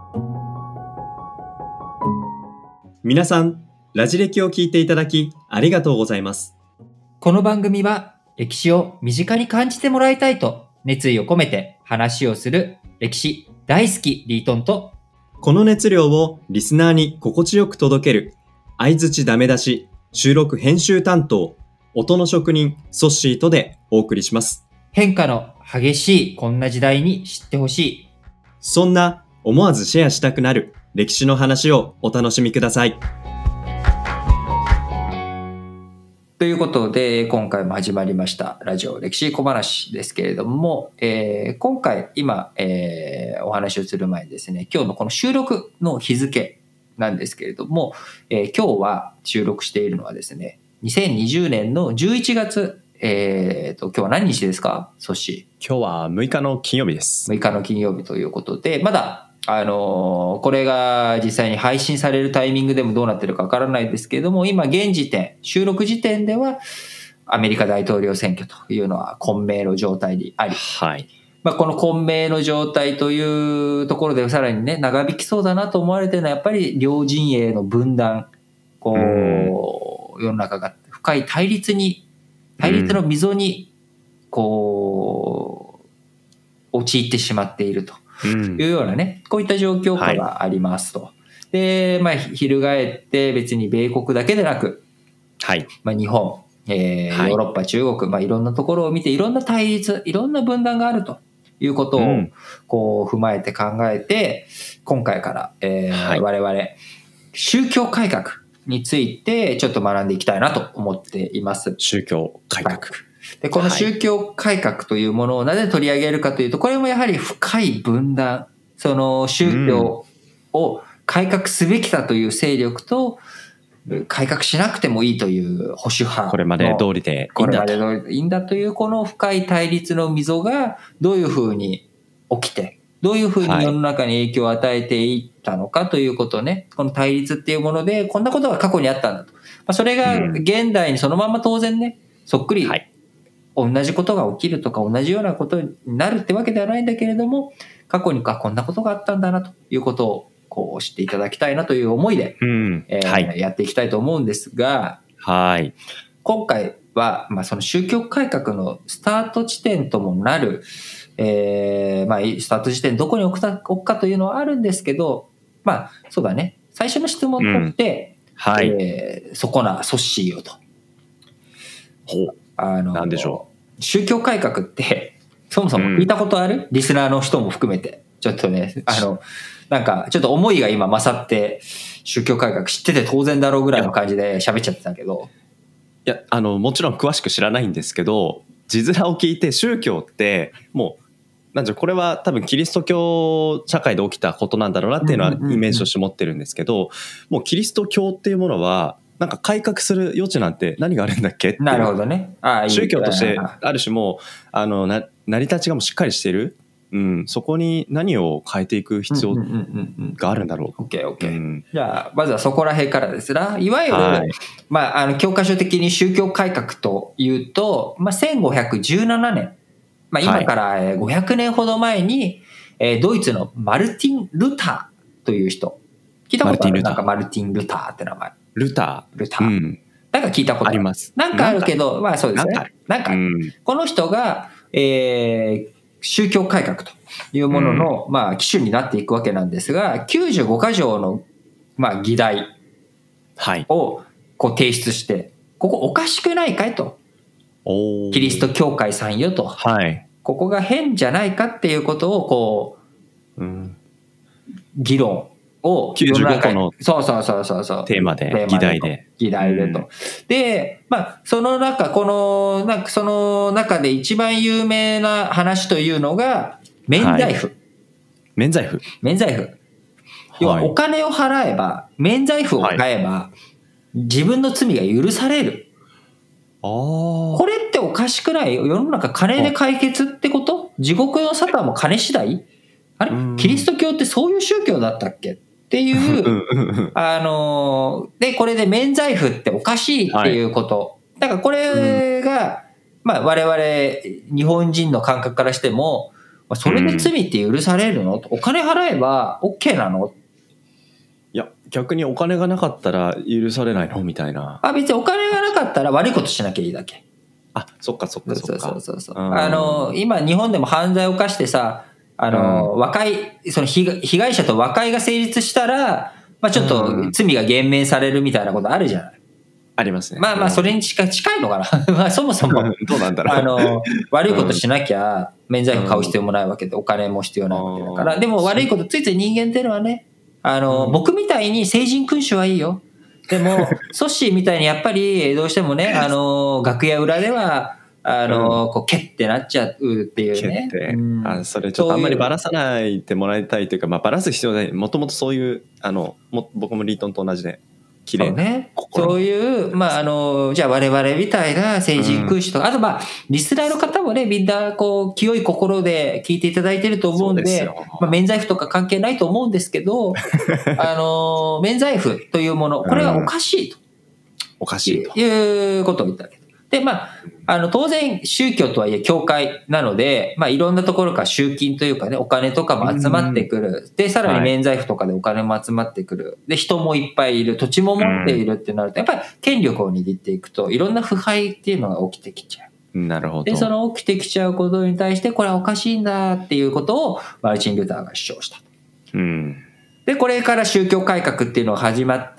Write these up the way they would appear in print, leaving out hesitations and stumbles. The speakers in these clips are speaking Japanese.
皆さん、ラジ歴を聞いていただきありがとうございます。 この番組は歴史を身近に感じてもらいたいと熱意を込めて話をする歴史大好きリートンと、 この熱量をリスナーに心地よく届ける相槌ダメ出し収録編集担当音の職人ソッシーとでお送りします。 変化の激しいこんな時代に知ってほしい、 そんな思わずシェアしたくなる歴史の話をお楽しみください。 ということで今回も始まりましたラジオ歴史小話ですけれども、今回今、お話をする前にですね、今日のこの収録の日付なんですけれども、今日は収録しているのはですね2020年の11月、今日は何日ですか、ソシ？ 今日は6日の金曜日です。 6日の金曜日ということで、まだこれが実際に配信されるタイミングでもどうなってるかわからないですけれども、今現時点、収録時点ではアメリカ大統領選挙というのは混迷の状態にあり、 はい。 この混迷の状態というところでさらにね長引きそうだなと思われているのはやっぱり両陣営の分断、世の中が深い対立の溝に陥ってしまっているというようなね、こういった状況下がありますと。で、翻って別に米国だけでなく、日本、ヨーロッパ、中国、いろんなところを見ていろんな対立、いろんな分断があるということを踏まえて考えて、今回から、我々宗教改革についてちょっと学んでいきたいなと思っています。 宗教改革。 で、この宗教改革というものをなぜ取り上げるかというと、これもやはり深い分断、その宗教を改革すべきだという勢力と、改革しなくてもいいという保守派の、 これまで通りでいいんだというこの深い対立の溝がどういうふうに起きて、どういうふうに世の中に影響を与えていったのかということをね、この対立っていうものでこんなことが過去にあったんだと。それが現代にそのまま当然ね、そっくり同じことが起きるとか同じようなことになるってわけではないんだけれども、過去にこんなことがあったんだなということを知っていただきたいなという思いで、やっていきたいと思うんですが、今回は、その宗教改革のスタート地点ともなる、スタート地点どこに置くかというのはあるんですけど、そうだね、最初の質問として、そこなソッシーよと。 何でしょう。宗教改革ってそもそも聞いたことある？リスナーの人も含めてちょっとね、なんかちょっと思いが今勝って宗教改革知ってて当然だろうぐらいの感じで喋っちゃってたけど、 いやもちろん詳しく知らないんですけど、字面を聞いて宗教ってもうこれは多分キリスト教社会で起きたことなんだろうなっていうのはイメージとして持ってるんですけど、もうキリスト教っていうものはなんか改革する余地なんて何があるんだっけっていう。 なるほどね。 宗教としてある種もう成り立ちがもうしっかりしている、そこに何を変えていく必要があるんだろう。 OK、じゃあまずはそこら辺からですな。いわゆる、教科書的に宗教改革というと、1517年、今から500年ほど前に、ドイツのマルティン・ルターという人、聞いたことある？なんかマルティン・ルターって名前。 ルター、 なんか聞いたことあります。 なんかあるけど、そうですね。なんかこの人が、宗教改革というものの、基準になっていくわけなんですが、95箇条の、議題を提出して、ここおかしくないかいと。キリスト教会さんよと。ここが変じゃないかっていうことを議論を 95個のそうテーマで議題でと。で、その中で一番有名な話というのが免罪符。免罪符。要はお金を払えば、免罪符を買えば、自分の罪が許される。これっておかしくない？世の中金で解決ってこと？地獄の沙汰も金次第？あれ？キリスト教ってそういう宗教だったっけ？っていうでこれで免罪符っておかしいっていうこと、だからこれが、我々日本人の感覚からしてもそれで罪って許されるの、お金払えば OK なの。 いや逆にお金がなかったら許されないのみたいな。 別にお金がなかったら悪いことしなきゃいいだけ。 そっか。 そう今日本でも犯罪を犯してさ、和解、その被害者と和解が成立したら、ちょっと罪が減免されるみたいなことあるじゃない。 ありますね。 それに近いのかな。そもそもどうなんだろう。 悪いことしなきゃ免罪符買う必要もないわけで、お金も必要ないわけだから。でも悪いことついつい人間っていうのはね、僕みたいに聖人君主はいいよ。でもソッシーみたいにやっぱりどうしてもね、楽屋裏ではこうケッてなっちゃうっていうね。 それちょっとあんまりバラさないでもらいたいというか、バラす必要ない。もともとそういう僕もリートンと同じで綺麗なそういうじゃあ我々みたいな聖人君主とか、あとリスナーの方もね、みんなこう清い心で聞いていただいてると思うんで、免罪符とか関係ないと思うんですけど免罪符というもの、これはおかしいと、 おかしいということを言ったわけで、当然宗教とはいえ教会なので、いろんなところから集金というかね、お金とかも集まってくる。で、さらに免罪符とかでお金も集まってくる。で、人もいっぱいいる。土地も持っているってなると、やっぱり権力を握っていくと、いろんな腐敗っていうのが起きてきちゃう。 なるほど。 で、その起きてきちゃうことに対して、これはおかしいんだっていうことをマルチン・ルターが主張した。で、これから宗教改革っていうのが始まって、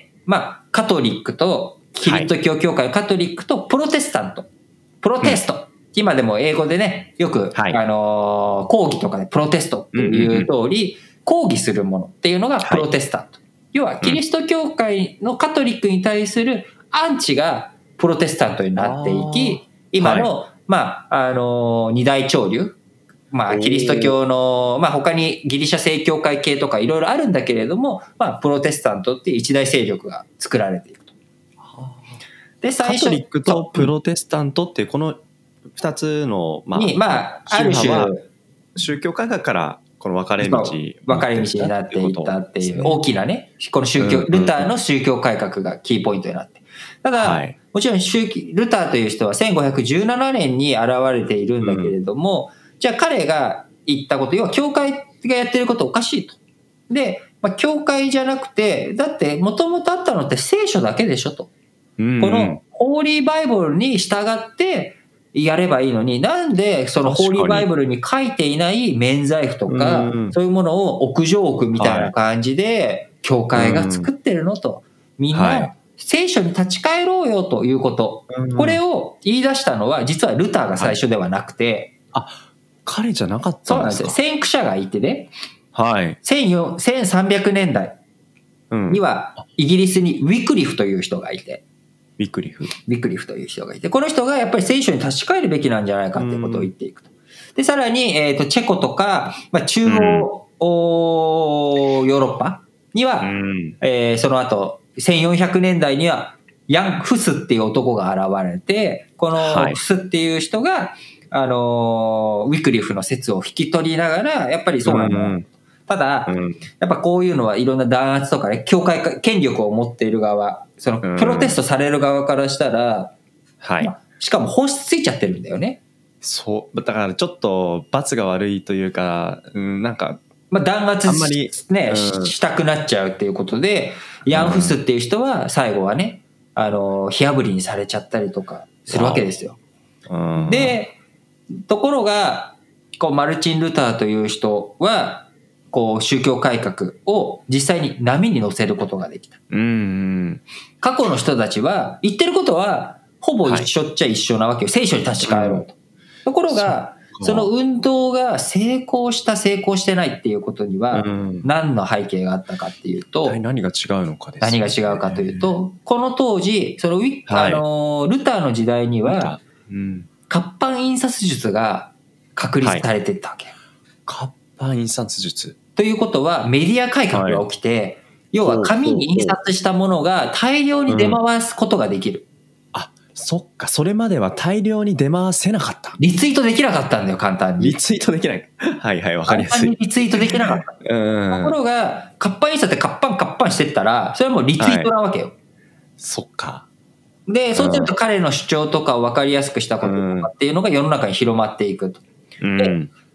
カトリックとキリスト教教会、カトリックとプロテスタント。プロテスト、今でも英語でね、よく、講義とかでプロテストっていう通り、抗議するものっていうのがプロテスタント。要はキリスト教会のカトリックに対するアンチがプロテスタントになっていき、今の、二大潮流、キリスト教の、他にギリシャ正教会系とかいろいろあるんだけれども、プロテスタントっていう一大勢力が作られていると。で、 カトリックとプロテスタントっていうこの2つのある種宗教改革からこの分かれ道になっていったっていう大きなね、この宗教ルターの宗教改革がキーポイントになって、ただ、もちろんルターという人は1517年に現れているんだけれども、じゃあ彼が言ったこと、要は教会がやってることおかしいと。で、教会じゃなくて、だってもともとあったのって聖書だけでしょと。このホーリーバイブルに従ってやればいいのに、なんでそのホーリーバイブルに書いていない免罪符とか、そういうものを屋上置くみたいな感じで教会が作ってるのと。みんな聖書に立ち返ろうよということ。これを言い出したのは実はルターが最初ではなくて、 彼じゃなかったんですか。 そうなんですよ。先駆者がいてね、1300年代にはイギリスにウィクリフという人がいて、 ウィクリフという人がいて、この人がやっぱり聖書に立ち返るべきなんじゃないかっていうことを言っていくと。で、さらに、チェコとか、中央、ヨーロッパには、その後、1400年代には、ヤン・フスっていう男が現れて、このフスっていう人が、ウィクリフの説を引き取りながら、やっぱりそうなの。ただ、やっぱこういうのはいろんな弾圧とかね、教会権力を持っている側、そのプロテストされる側からしたら、しかも本質ついちゃってるんだよね。 そうだからちょっと罰が悪いというか、なんか弾圧ね、したくなっちゃうっていうことで、ヤン・フスっていう人は最後はね、火あぶりにされちゃったりとかするわけですよ。で、ところがこうマルチン・ルターという人はこう宗教改革を実際に波に乗せることができた。過去の人たちは言ってることはほぼ一緒っちゃ一緒なわけよ。聖書に立ち返ろうと。ところがその運動が成功してないっていうことには何の背景があったかっていうと、 何が違うのかですね。 何が違うかというと、この当時そのルターの時代には活版印刷術が確立されていったわけよ。 活版印刷術ということはメディア改革が起きて、要は紙に印刷したものが大量に出回すことができる。 そっか、それまでは大量に出回せなかった。 リツイートできなかったんだよ、簡単に。 リツイートできない。わかりやすい。 簡単にリツイートできなかった。ところが、活版印刷って活版してったら、それはもうリツイートなわけよ。 そっか。 で、そうすると彼の主張とかを分かりやすくしたこととかっていうのが世の中に広まっていくと。で、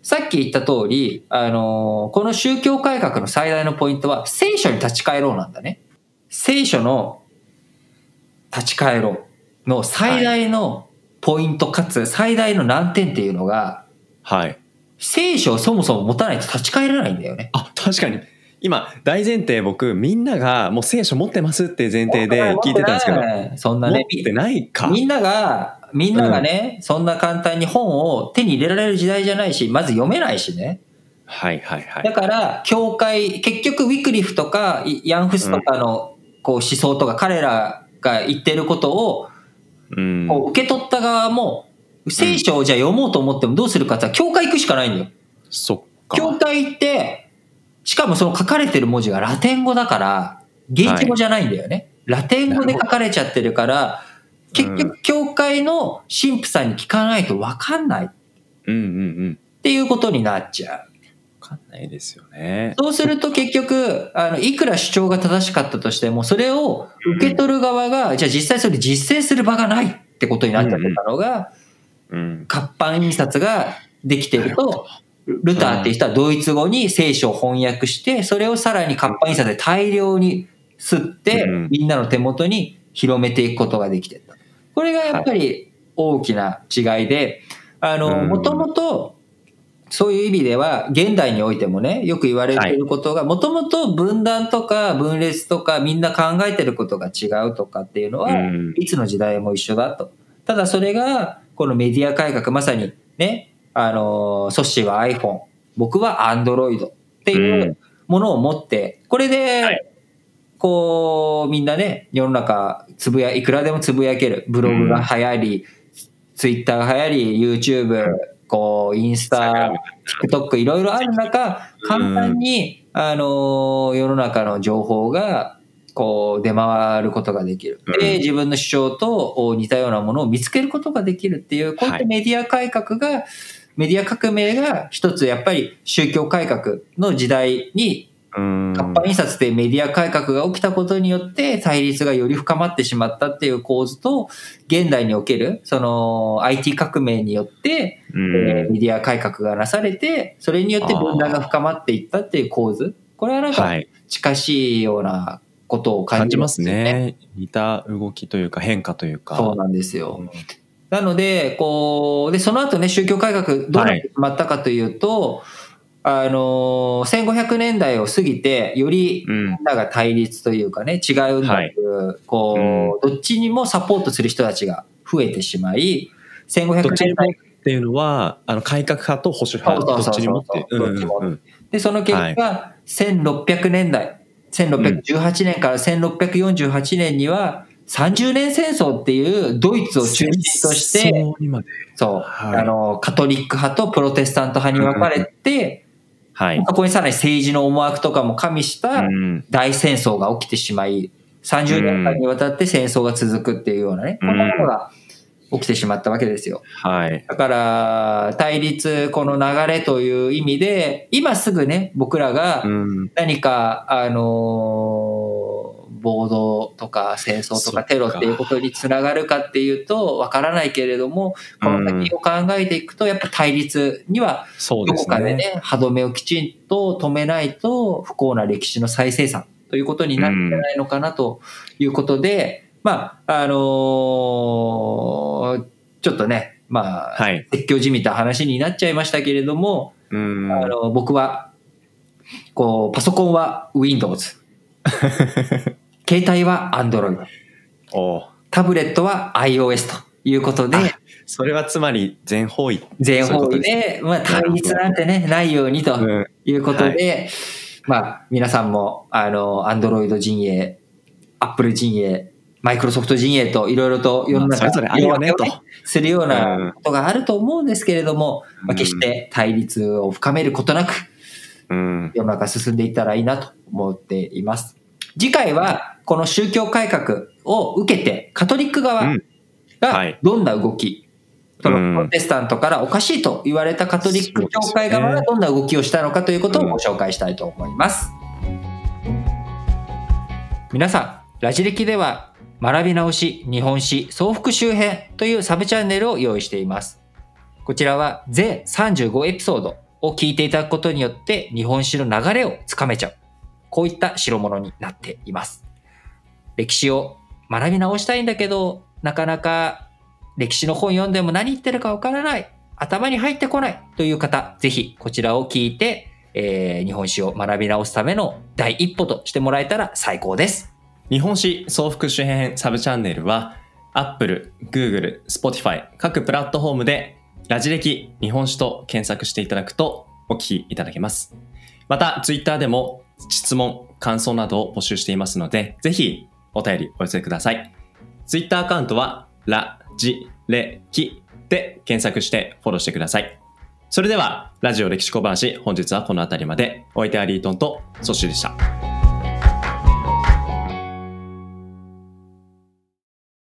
さっき言った通り、この宗教改革の最大のポイントは聖書に立ち返ろうなんだね。聖書の立ち返ろうの最大のポイントかつ最大の難点っていうのが、 はい。 聖書をそもそも持たないと立ち返らないんだよね。 あ、確かに。今、大前提僕、みんながもう聖書持ってますっていう前提で聞いてたんですけど、 そんなね、 持ってないか。 みんながね、そんな簡単に本を手に入れられる時代じゃないし、まず読めないしね。 はいはいはい。 だから、教会、結局ウィクリフとかヤンフスとかのこう思想とか彼らが言ってることをこう受け取った側も、聖書をじゃあ読もうと思ってもどうするかって言ったら、教会行くしかないんだよ。 そっか。 教会行って、しかもその書かれてる文字がラテン語だから、現地語じゃないんだよね。ラテン語で書かれちゃってるから、結局教会の神父さんに聞かないと分かんない。っていうことになっちゃう。 分かんないですよね。 そうすると結局、いくら主張が正しかったとしても、それを受け取る側が、じゃあ実際それ実践する場がないってことになっちゃってたのが、活版印刷ができてると、ルターっていう人はドイツ語に聖書を翻訳して、それをさらに活版印刷で大量に吸って、みんなの手元に広めていくことができてた。これがやっぱり大きな違いで、もともと、そういう意味では、現代においてもね、よく言われていることが、もともと分断とか分裂とか、みんな考えてることが違うとかっていうのは、いつの時代も一緒だと。ただそれが、このメディア改革、まさにね、ソッシーは iPhone、僕は Android っていうものを持って、これで、こう、みんなね、世の中、いくらでもつぶやける。ブログが流行り、Twitter が流行り、YouTube、こう、インスタ、TikTok、いろいろある中、簡単に、世の中の情報が、こう、出回ることができる。で、自分の主張と似たようなものを見つけることができるっていう、こういったメディア改革が、メディア革命が一つやっぱり宗教改革の時代に、活版印刷でメディア改革が起きたことによって対立がより深まってしまったっていう構図と、現代におけるその IT 革命によってメディア改革がなされて、それによって分断が深まっていったっていう構図、これはなんか近しいようなことを感じますね。 似た動きというか変化というか。 そうなんですよ。なので、こう、で、その後ね、宗教改革どうなってしまったかというと、1500年代を過ぎて、よりみんなが対立というかね、違うんだという、こう、どっちにもサポートする人たちが増えてしまい、1500年代っていうのは、改革派と保守派、どっちにもっていう。 で、その結果、1600年代、1618年から1648年には、30年戦争っていうドイツを中心として、そう、カトリック派とプロテスタント派に分かれて、そこにさらに政治の思惑とかも加味した大戦争が起きてしまい、30年間にわたって戦争が続くっていうようなね、こんなことが起きてしまったわけですよ。だから、対立、この流れという意味で、今すぐね、僕らが何か、暴動とか戦争とかテロっていうことにつながるかっていうとわからないけれども、この先を考えていくとやっぱ対立にはどこかでね、歯止めをきちんと止めないと不幸な歴史の再生産ということになるんじゃないのかなということで、まあちょっとね、まあ説教じみた話になっちゃいましたけれども、僕はこうパソコンは Windows 携帯は Android、タブレットは iOS ということで、 それはつまり全方位で、まあ、対立なんてね、ないようにということで、まあ、皆さんもAndroid 陣営、Apple 陣営、マイクロソフト陣営といろいろと世の中それぞれあるよねとするようなことがあると思うんですけれども、まあ、決して対立を深めることなく、世の中進んでいったらいいなと思っています。次回はこの宗教改革を受けてカトリック側がどんな動き、そのプロテスタントからおかしいと言われたカトリック教会側がどんな動きをしたのかということをご紹介したいと思います。皆さん、ラジ歴では学び直し日本史総復習編というサブチャンネルを用意しています。こちらは全35エピソードを聞いていただくことによって日本史の流れをつかめちゃう。こういった代物になっています。歴史を学び直したいんだけど、なかなか歴史の本読んでも何言ってるかわからない、頭に入ってこないという方、ぜひこちらを聞いて、日本史を学び直すための第一歩としてもらえたら最高です。 日本史総復習編サブチャンネルは Apple、Google、Spotify 各プラットフォームでラジ歴日本史と検索していただくとお聞きいただけます。また Twitter でも質問、感想などを募集していますので、ぜひお便りお寄せください。Twitter アカウントはラジレキで検索してフォローしてください。それではラジオ歴史小話、本日はこの辺りまで。お相手はリートンとソッシーでした。